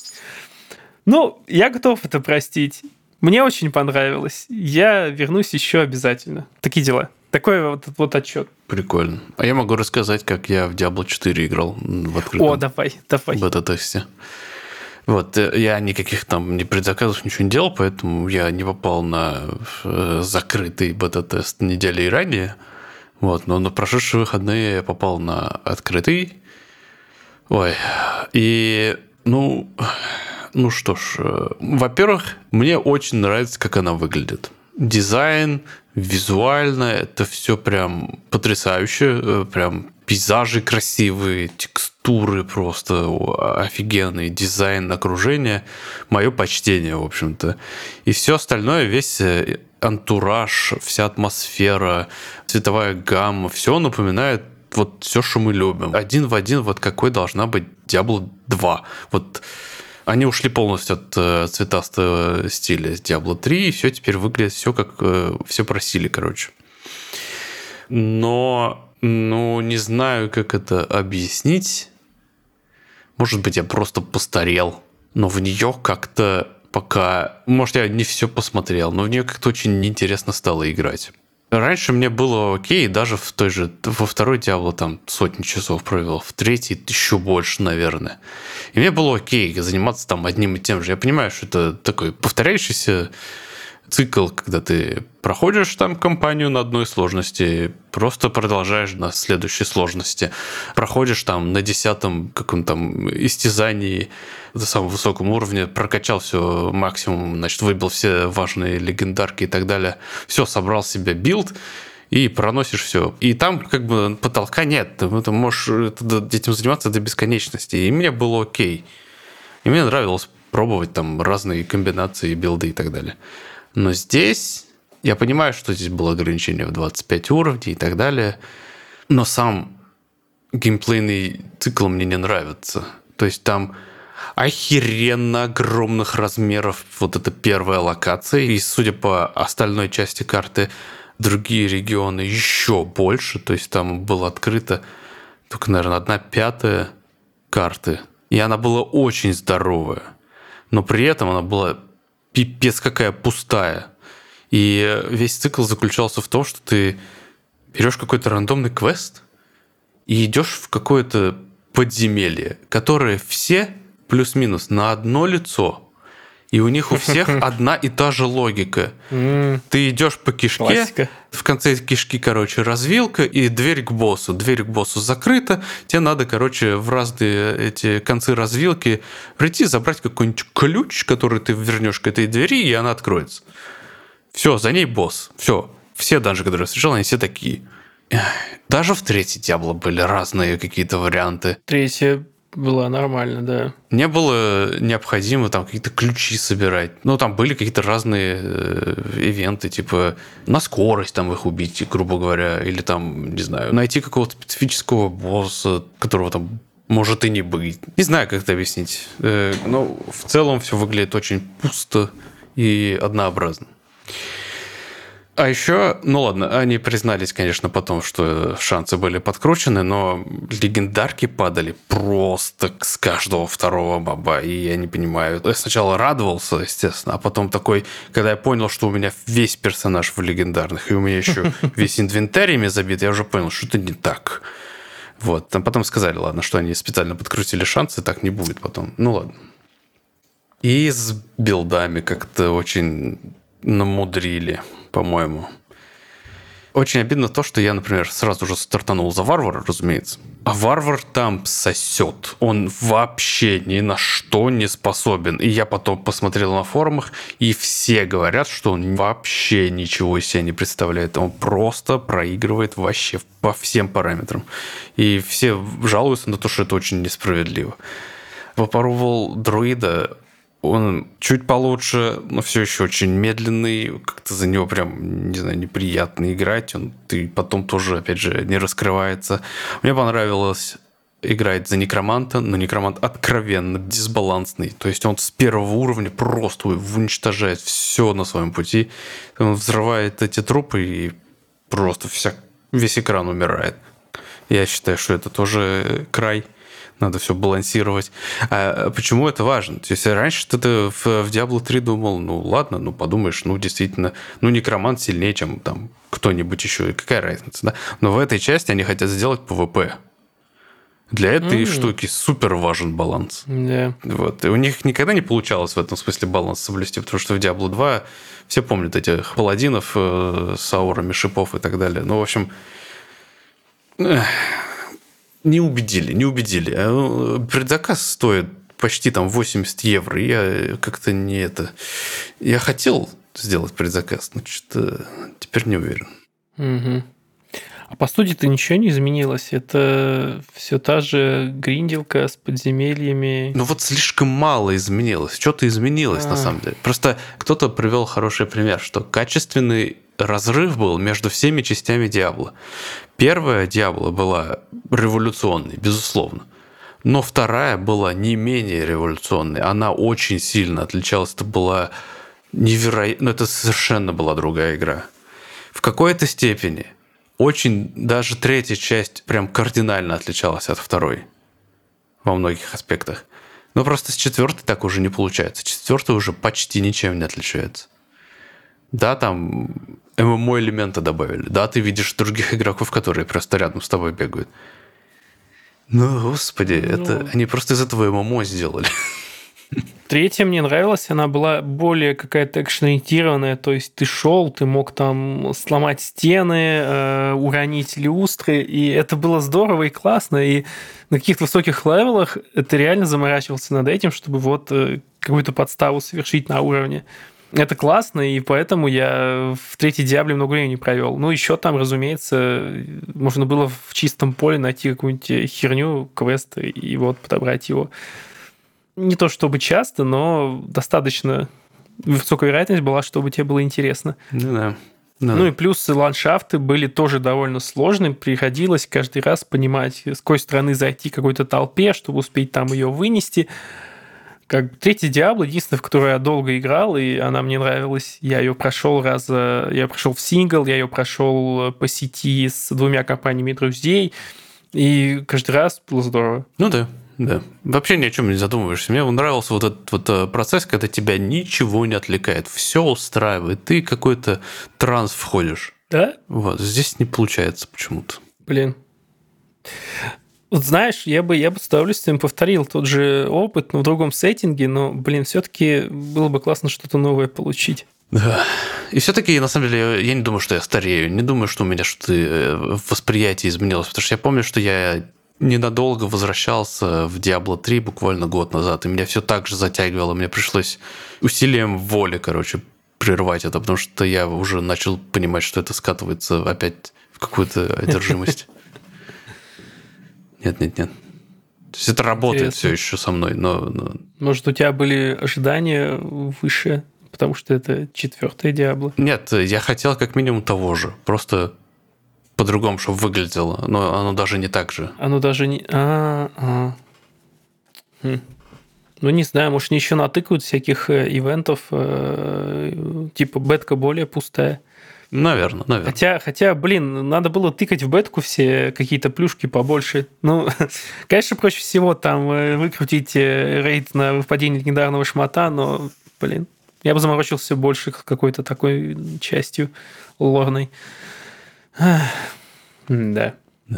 я готов это простить. Мне очень понравилось. Я вернусь еще обязательно. Такие дела. Такой вот отчет. Прикольно. А я могу рассказать, как я в Diablo 4 играл в открытом. О, давай. Бета-тесте. Вот, я никаких там не предзаказов, ничего не делал, поэтому я не попал на закрытый бета-тест недели ранее. Вот, но на прошедшие выходные я попал на открытый. Ой, и, что ж, во-первых, мне очень нравится, как она выглядит. Дизайн, визуально, это все прям потрясающе, прям пейзажи красивые, текстуры просто офигенные, дизайн окружения, мое почтение, в общем-то. И все остальное, весь антураж, вся атмосфера, цветовая гамма, все напоминает вот все, что мы любим. Один в один, вот какой должна быть Diablo 2. Вот они ушли полностью от цветастого стиля с Diablo 3, и все теперь выглядит все, как все просили, короче. Но, не знаю, как это объяснить. Может быть, я просто постарел. Но в нее как-то пока... Может, я не все посмотрел, но в нее как-то очень неинтересно стало играть. Раньше мне было окей, даже во второй Diablo там сотни часов провел, в третий еще больше, наверное. И мне было окей заниматься там одним и тем же. Я понимаю, что это такой повторяющийся цикл, когда ты проходишь там кампанию на одной сложности, просто продолжаешь на следующей сложности. Проходишь там на 10-м каком-то там истязании на самом высоком уровне, прокачал все максимум, значит, выбил все важные легендарки и так далее. Все, собрал себе билд и проносишь все. И там как бы потолка нет. Ты можешь этим заниматься до бесконечности. И мне было окей. И мне нравилось пробовать там разные комбинации, билды и так далее. Но здесь... Я понимаю, что здесь было ограничение в 25 уровней и так далее. Но сам геймплейный цикл мне не нравится. То есть там охеренно огромных размеров вот эта первая локация. И судя по остальной части карты, другие регионы еще больше. То есть там было открыто только, наверное, 1/5 карты. И она была очень здоровая. Но при этом она была пипец какая пустая. И весь цикл заключался в том, что ты берешь какой-то рандомный квест и идешь в какое-то подземелье, которое все плюс-минус на одно лицо. И у них у всех одна и та же логика. Ты идешь по кишке, классика. В конце кишки, развилка и дверь к боссу. Дверь к боссу закрыта, тебе надо, в разные эти концы развилки прийти, забрать какой-нибудь ключ, который ты вернешь к этой двери, и она откроется. Все, за ней босс. Все данжи, которые я встречал, они все такие. Даже в третьей Диабло были разные какие-то варианты. Третья была нормально, да. Не было необходимо там какие-то ключи собирать. Там были какие-то разные ивенты, типа на скорость там их убить, грубо говоря, или там, не знаю, найти какого-то специфического босса, которого там может и не быть. Не знаю, как это объяснить. Но в целом все выглядит очень пусто и однообразно. А еще, ладно, они признались, конечно, потом, что шансы были подкручены, но легендарки падали просто с каждого второго моба, и я не понимаю. Я сначала радовался, естественно, а потом такой, когда я понял, что у меня весь персонаж в легендарных, и у меня еще весь инвентарь ими забит, я уже понял, что это не так. Там потом сказали, ладно, что они специально подкрутили шансы, так не будет потом. Ладно. И с билдами как-то очень намудрили, по-моему. Очень обидно то, что я, например, сразу же стартанул за варвара, разумеется. А варвар там сосет. Он вообще ни на что не способен. И я потом посмотрел на форумах, и все говорят, что он вообще ничего из себя не представляет. Он просто проигрывает вообще по всем параметрам. И все жалуются на то, что это очень несправедливо. Попробовал друида. Он чуть получше, но все еще очень медленный. Как-то за него прям, не знаю, неприятно играть. Ты потом тоже, опять же, не раскрывается. Мне понравилось играть за некроманта, но некромант откровенно дисбалансный. То есть он с первого уровня просто уничтожает все на своем пути. Он взрывает эти трупы, и просто весь экран умирает. Я считаю, что это тоже край. Надо все балансировать. А почему это важно? То есть раньше ты в Diablo 3 думал, ладно, подумаешь, действительно, некромант сильнее, чем там кто-нибудь еще. И какая разница, да? Но в этой части они хотят сделать PvP. Для этой штуки супер важен баланс. Yeah. И у них никогда не получалось в этом смысле баланс соблюсти, потому что в Diablo 2 все помнят этих паладинов с аурами шипов и так далее. В общем... Не убедили. Предзаказ стоит почти там 80 евро. Я как-то не это... Я хотел сделать предзаказ, но что-то теперь не уверен. Угу. А по сути-то ничего не изменилось. Это все та же гринделка с подземельями. Слишком мало изменилось. Что-то изменилось на самом деле. Просто кто-то привел хороший пример, что качественный разрыв был между всеми частями Диабло. Первая Диабло была революционной, безусловно. Но вторая была не менее революционной. Она очень сильно отличалась. Это была невероятно... это совершенно была другая игра. В какой-то степени очень даже третья часть прям кардинально отличалась от второй. Во многих аспектах. Но просто с четвертой так уже не получается. Четвертая уже почти ничем не отличается. Да, там ММО-элементы добавили. Да, ты видишь других игроков, которые просто рядом с тобой бегают. Господи, это они просто из этого ММО сделали. Третья мне нравилась, она была более какая-то экшен-ориентированная, то есть ты шел, ты мог там сломать стены, уронить люстры, и это было здорово и классно, и на каких-то высоких левелах ты реально заморачивался над этим, чтобы какую-то подставу совершить на уровне. Это классно, и поэтому я в третьей Диабле много времени провел. Еще там, разумеется, можно было в чистом поле найти какую-нибудь херню, квест, и подобрать его. Не то чтобы часто, но достаточно высокая вероятность была, чтобы тебе было интересно. Да. И плюс ландшафты были тоже довольно сложными. Приходилось каждый раз понимать, с какой стороны зайти к какой-то толпе, чтобы успеть там ее вынести. Третья Диабло, единственная, в которую я долго играл, и она мне нравилась. Я ее прошел в сингл, я ее прошел по сети с 2 компаниями друзей, и каждый раз было здорово. Да. Да. Вообще ни о чем не задумываешься. Мне нравился вот этот вот процесс, когда тебя ничего не отвлекает. Все устраивает. Ты какой-то транс входишь. Да? Вот. Здесь не получается почему-то. Блин. Вот знаешь, я бы с удовольствием повторил тот же опыт, но в другом сеттинге, но, блин, все-таки было бы классно что-то новое получить. Да. И все-таки, на самом деле, я не думаю, что я старею. Не думаю, что у меня что-то в восприятии изменилось. Потому что я помню, что я ненадолго возвращался в Diablo 3 буквально год назад, и меня все так же затягивало. Мне пришлось усилием воли, прервать это, потому что я уже начал понимать, что это скатывается опять в какую-то одержимость. Нет. То есть это работает все еще со мной, но... Может, у тебя были ожидания выше, потому что это 4-е Диабло? Нет, я хотел как минимум того же, просто по-другому, чтобы выглядело, но оно даже не так же. Оно даже не... Ну, не знаю, может, они еще натыкают всяких ивентов, типа бетка более пустая. Наверное. Хотя, блин, надо было тыкать в бетку все какие-то плюшки побольше. Ну, конечно, проще всего там выкрутить рейд на выпадение легендарного шмота, но, блин, я бы заморочился больше какой-то такой частью лорной. Да.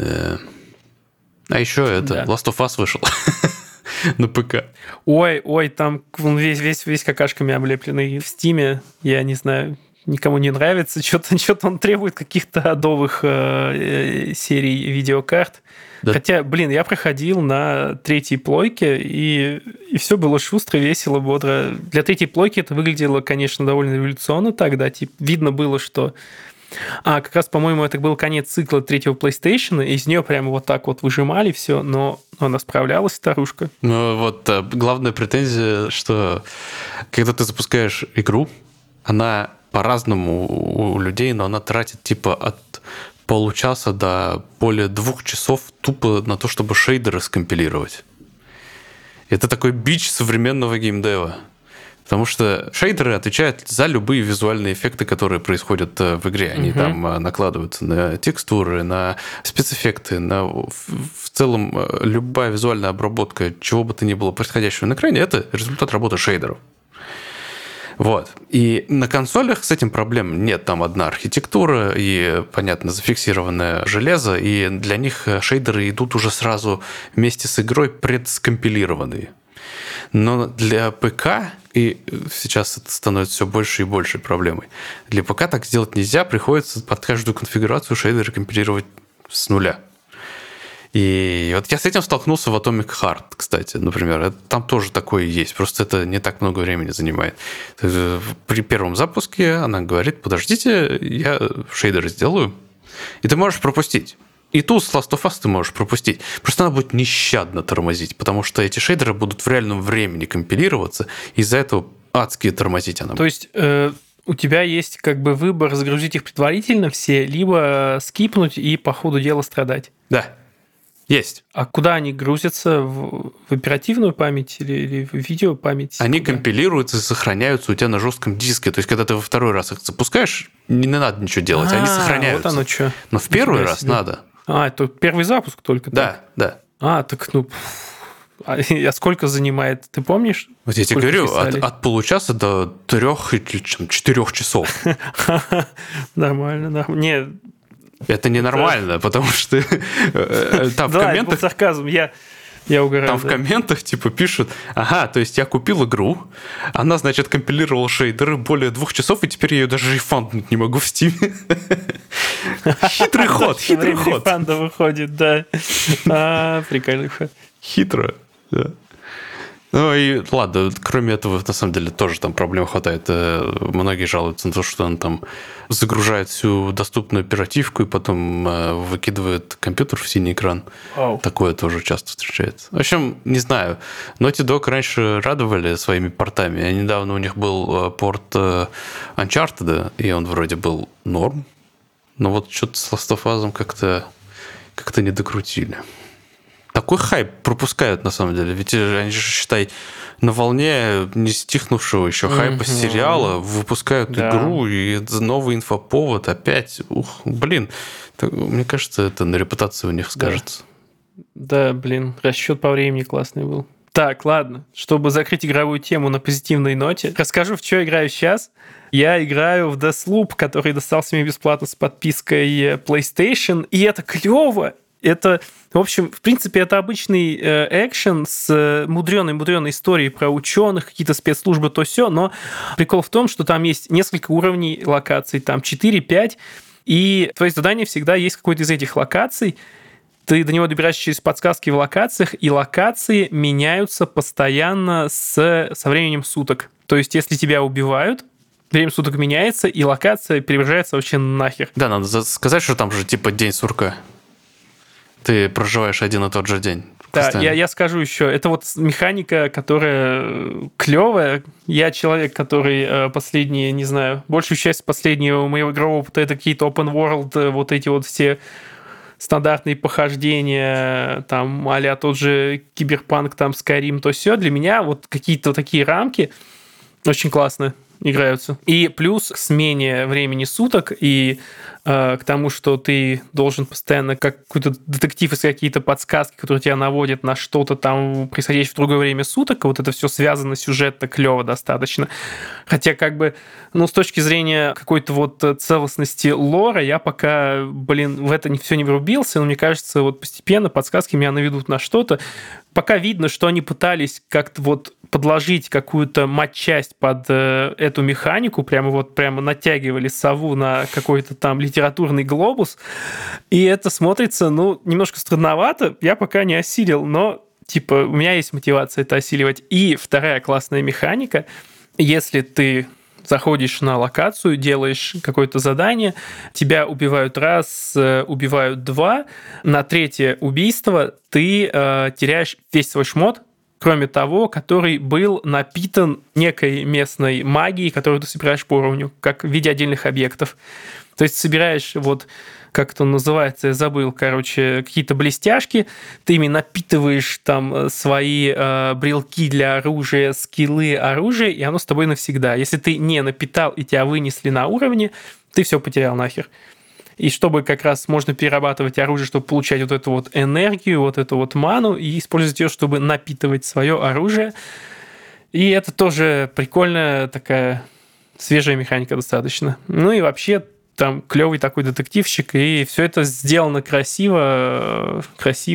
А еще Last of Us вышел на ПК. Ой, там весь какашками облепленный в Стиме. Я не знаю, никому не нравится. Что-то он требует каких-то адовых серий видеокарт. Да. Хотя, блин, я проходил на 3-й плойке, и все было шустро, весело, бодро. Для 3-й плойки это выглядело, конечно, довольно революционно тогда. Видно было, что... как раз, по-моему, это был конец цикла 3-го PlayStation, и из нее прямо вот так вот выжимали все, но она справлялась, старушка. Ну вот главная претензия, что когда ты запускаешь игру, она по-разному у людей, но она тратит типа от получаса до более 2 часов тупо на то, чтобы шейдеры скомпилировать. Это такой бич современного геймдева. Потому что шейдеры отвечают за любые визуальные эффекты, которые происходят в игре. Они там накладываются на текстуры, на спецэффекты, в целом любая визуальная обработка чего бы то ни было происходящего на экране, это результат работы шейдеров. Вот. И на консолях с этим проблем нет. Там одна архитектура и, понятно, зафиксированное железо, и для них шейдеры идут уже сразу вместе с игрой предскомпилированные. Но для ПК, и сейчас это становится все больше и больше проблемой, для ПК так сделать нельзя, приходится под каждую конфигурацию шейдеры компилировать с нуля. И вот я с этим столкнулся в Atomic Heart, кстати, например. Там тоже такое есть, просто это не так много времени занимает. При первом запуске она говорит: подождите, я шейдеры сделаю, и ты можешь пропустить. И тут с Last of Us ты можешь пропустить. Просто она будет нещадно тормозить, потому что эти шейдеры будут в реальном времени компилироваться, и из-за этого адски тормозить она будет. То есть у тебя есть как бы выбор загрузить их предварительно все, либо скипнуть и по ходу дела страдать. Да, есть. А куда они грузятся? В оперативную память или в видеопамять? Они компилируются и сохраняются у тебя на жестком диске. То есть, когда ты во второй раз их запускаешь, не надо ничего делать, они сохраняются. Вот оно что. Но в первый раз надо. Это первый запуск только? Да. Так, а сколько занимает, ты помнишь? Вот я тебе говорю, от получаса до 3 или 4 часов. Нормально. Нет. Это ненормально, потому что там в комментах... это был сарказм, я угораю. Там в комментах типа пишут: ага, то есть я купил игру, она, значит, компилировала шейдеры более 2 часов, и теперь я ее даже рефанднуть не могу в Steam. Хитрый ход. Рефанда выходит, да. Прикольный ход. Хитро, да. Ну и ладно, кроме этого, на самом деле, тоже там проблем хватает. Многие жалуются на то, что он там загружает всю доступную оперативку и потом выкидывает компьютер в синий экран. Такое тоже часто встречается. В общем, не знаю. Naughty Dog раньше радовали своими портами. Недавно у них был порт Uncharted, и он вроде был норм. Но вот что-то с Last of Us как-то не докрутили. Такой хайп пропускают, на самом деле. Ведь они же, считай, на волне не стихнувшего еще хайпа сериала выпускают игру, и новый инфоповод опять. Блин. Мне кажется, это на репутации у них скажется. Да, блин, расчет по времени классный был. Так, ладно, чтобы закрыть игровую тему на позитивной ноте, расскажу, в что играю сейчас. Я играю в Deathloop, который достался мне бесплатно с подпиской PlayStation, и это клево. Это, в общем, в принципе, это обычный экшен с мудреной историей про ученых, какие-то спецслужбы, то все, но прикол в том, что там есть несколько уровней локаций, там 4-5, и твои задания всегда есть какой-то из этих локаций. Ты до него добираешься через подсказки в локациях, и локации меняются постоянно со временем суток. То есть, если тебя убивают, время суток меняется, и локация перегружается вообще нахер. Да, надо сказать, что там же типа день сурка. Ты проживаешь один и тот же день. Да, я скажу еще, это вот механика, которая клевая. Я человек, который последние, не знаю, большую часть последнего моего игрового опыта это какие-то open world, вот эти вот все стандартные похождения, там, а-ля тот же Киберпанк, там, Skyrim, то все. Для меня вот какие-то такие рамки очень классно играются. И плюс к смене времени суток и к тому, что ты должен постоянно как какой-то детектив искать какие-то подсказки, которые тебя наводят на что-то там происходящее в другое время суток, вот это все связано сюжетно, клево достаточно. Хотя как бы, ну, с точки зрения какой-то вот целостности лора, я пока, в это все не врубился, но мне кажется, вот постепенно подсказки меня наведут на что-то. Пока видно, что они пытались как-то вот подложить какую-то матчасть под эту механику, прямо натягивали сову на какой-то там литературный глобус, и это смотрится, ну, немножко странновато, я пока не осилил, но, типа, у меня есть мотивация это осиливать. И вторая классная механика, если ты заходишь на локацию, делаешь какое-то задание, тебя убивают раз, убивают два, на третье убийство ты теряешь весь свой шмот, кроме того, который был напитан некой местной магией, которую ты собираешь по уровню, как в виде отдельных объектов. То есть собираешь вот, как это называется, я забыл, какие-то блестяшки, ты ими напитываешь там свои брелки для оружия, скиллы оружия, и оно с тобой навсегда. Если ты не напитал и тебя вынесли на уровне, ты все потерял нахер. И чтобы как раз можно перерабатывать оружие, чтобы получать вот эту вот энергию, вот эту вот ману, и использовать ее, чтобы напитывать свое оружие. И это тоже прикольная такая свежая механика достаточно. Ну и вообще там клевый такой детективщик, и все это сделано красиво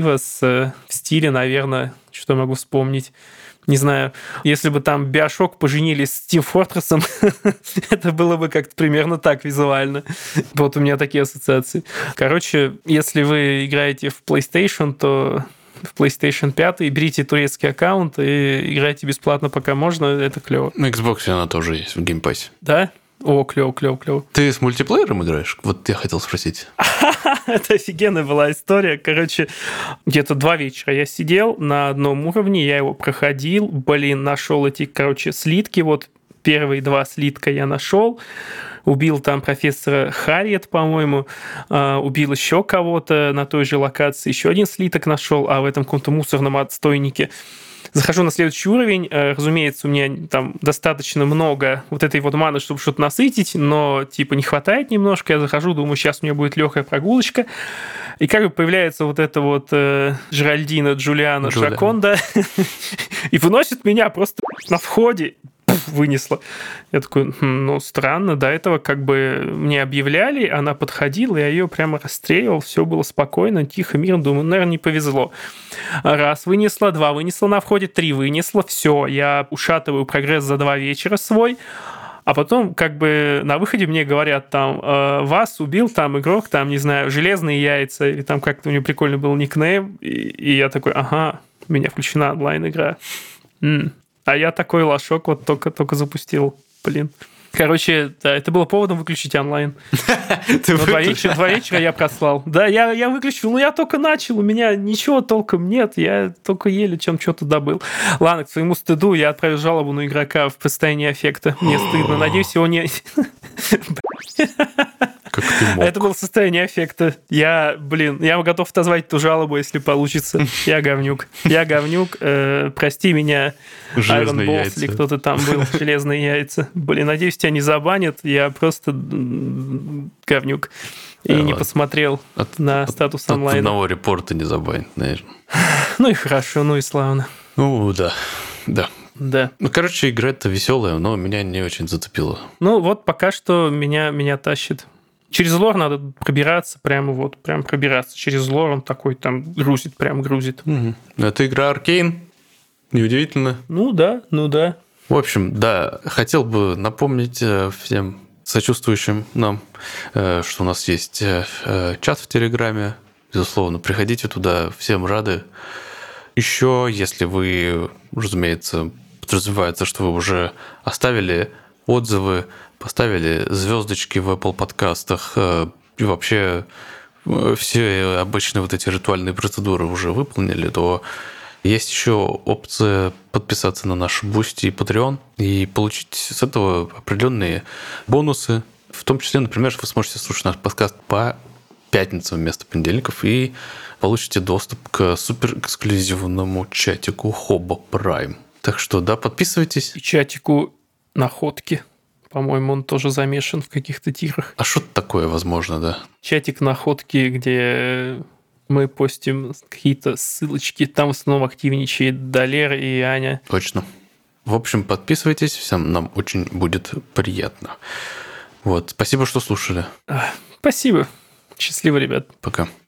в стиле, наверное, что могу вспомнить. Не знаю, если бы там Bioshock поженились с Team Fortress, это было бы как-то примерно так визуально. Вот у меня такие ассоциации. Короче, если вы играете в PlayStation, то в PlayStation 5 берите турецкий аккаунт и играйте бесплатно, пока можно, это клево. На Xbox она тоже есть в Game Pass. Да? О, клево. Ты с мультиплеером играешь? Вот я хотел спросить. Это офигенная была история. Короче, где-то 2 вечера я сидел на одном уровне, я его проходил, нашел эти, слитки, вот первые 2 слитка я нашел, убил там профессора Харриет, по-моему, убил еще кого-то на той же локации, еще один слиток нашел, а в этом каком-то мусорном отстойнике. Захожу на следующий уровень, разумеется, у меня там достаточно много вот этой вот маны, чтобы что-то насытить, но типа не хватает немножко, я захожу, думаю, сейчас у меня будет легкая прогулочка, и как бы появляется вот эта вот Жеральдина Джулиана Джаконда и выносит меня просто на входе, вынесла. Я такой, ну, странно, до этого как бы мне объявляли, она подходила, я ее прямо расстреливал, все было спокойно, тихо, мирно, думаю, наверное, не повезло. 1 вынесла, 2 вынесла на входе, 3 вынесла, все, я ушатываю прогресс за 2 вечера свой, а потом как бы на выходе мне говорят там, вас убил там игрок, там, не знаю, железные яйца, или там как-то у него прикольный был никнейм, и я такой, ага, у меня включена онлайн-игра. А я такой лошок вот только запустил. Блин. Короче, да, это было поводом выключить онлайн. 2 вечера я прослал. Да, я выключил, но я только начал, у меня ничего толком нет, я только еле что-то добыл. Ладно, к своему стыду я отправил жалобу на игрока в состоянии аффекта. Мне стыдно, надеюсь, его не... Как ты мог? Это было состояние аффекта. Я готов отозвать ту жалобу, если получится. Я говнюк. Прости меня, Iron Balls, или кто-то там был, железные яйца. Надеюсь, тебя не забанят. Я просто говнюк. И не посмотрел на статус онлайн. От одного репорта не забанят, наверное. Ну и хорошо, ну и славно. Ну, да. Да. Ну, короче, игра-то веселая, но меня не очень зацепило. Ну, вот пока что меня тащит. Через лор надо пробираться, прям пробираться. Через лор он такой там грузит. Угу. Это игра Аркейн. Неудивительно. Ну да. В общем, да, хотел бы напомнить всем сочувствующим нам, что у нас есть чат в Телеграме. Безусловно, приходите туда, всем рады. Еще, если вы, разумеется, подразумевается, что вы уже оставили отзывы, поставили звездочки в Apple подкастах и вообще все обычные вот эти ритуальные процедуры уже выполнили, то есть еще опция подписаться на наш Boosty и Patreon и получить с этого определенные бонусы. В том числе, например, вы сможете слушать наш подкаст по пятницам вместо понедельников и получите доступ к суперэксклюзивному чатику Хоба Prime. Так что, да, подписывайтесь. И чатику Находки. По-моему, он тоже замешан в каких-то тирах. А что-то такое, возможно, да. Чатик Находки, где мы постим какие-то ссылочки. Там в основном активничает Далер и Аня. Точно. В общем, подписывайтесь. Всем нам очень будет приятно. Вот. Спасибо, что слушали. Спасибо. Счастливо, ребят. Пока.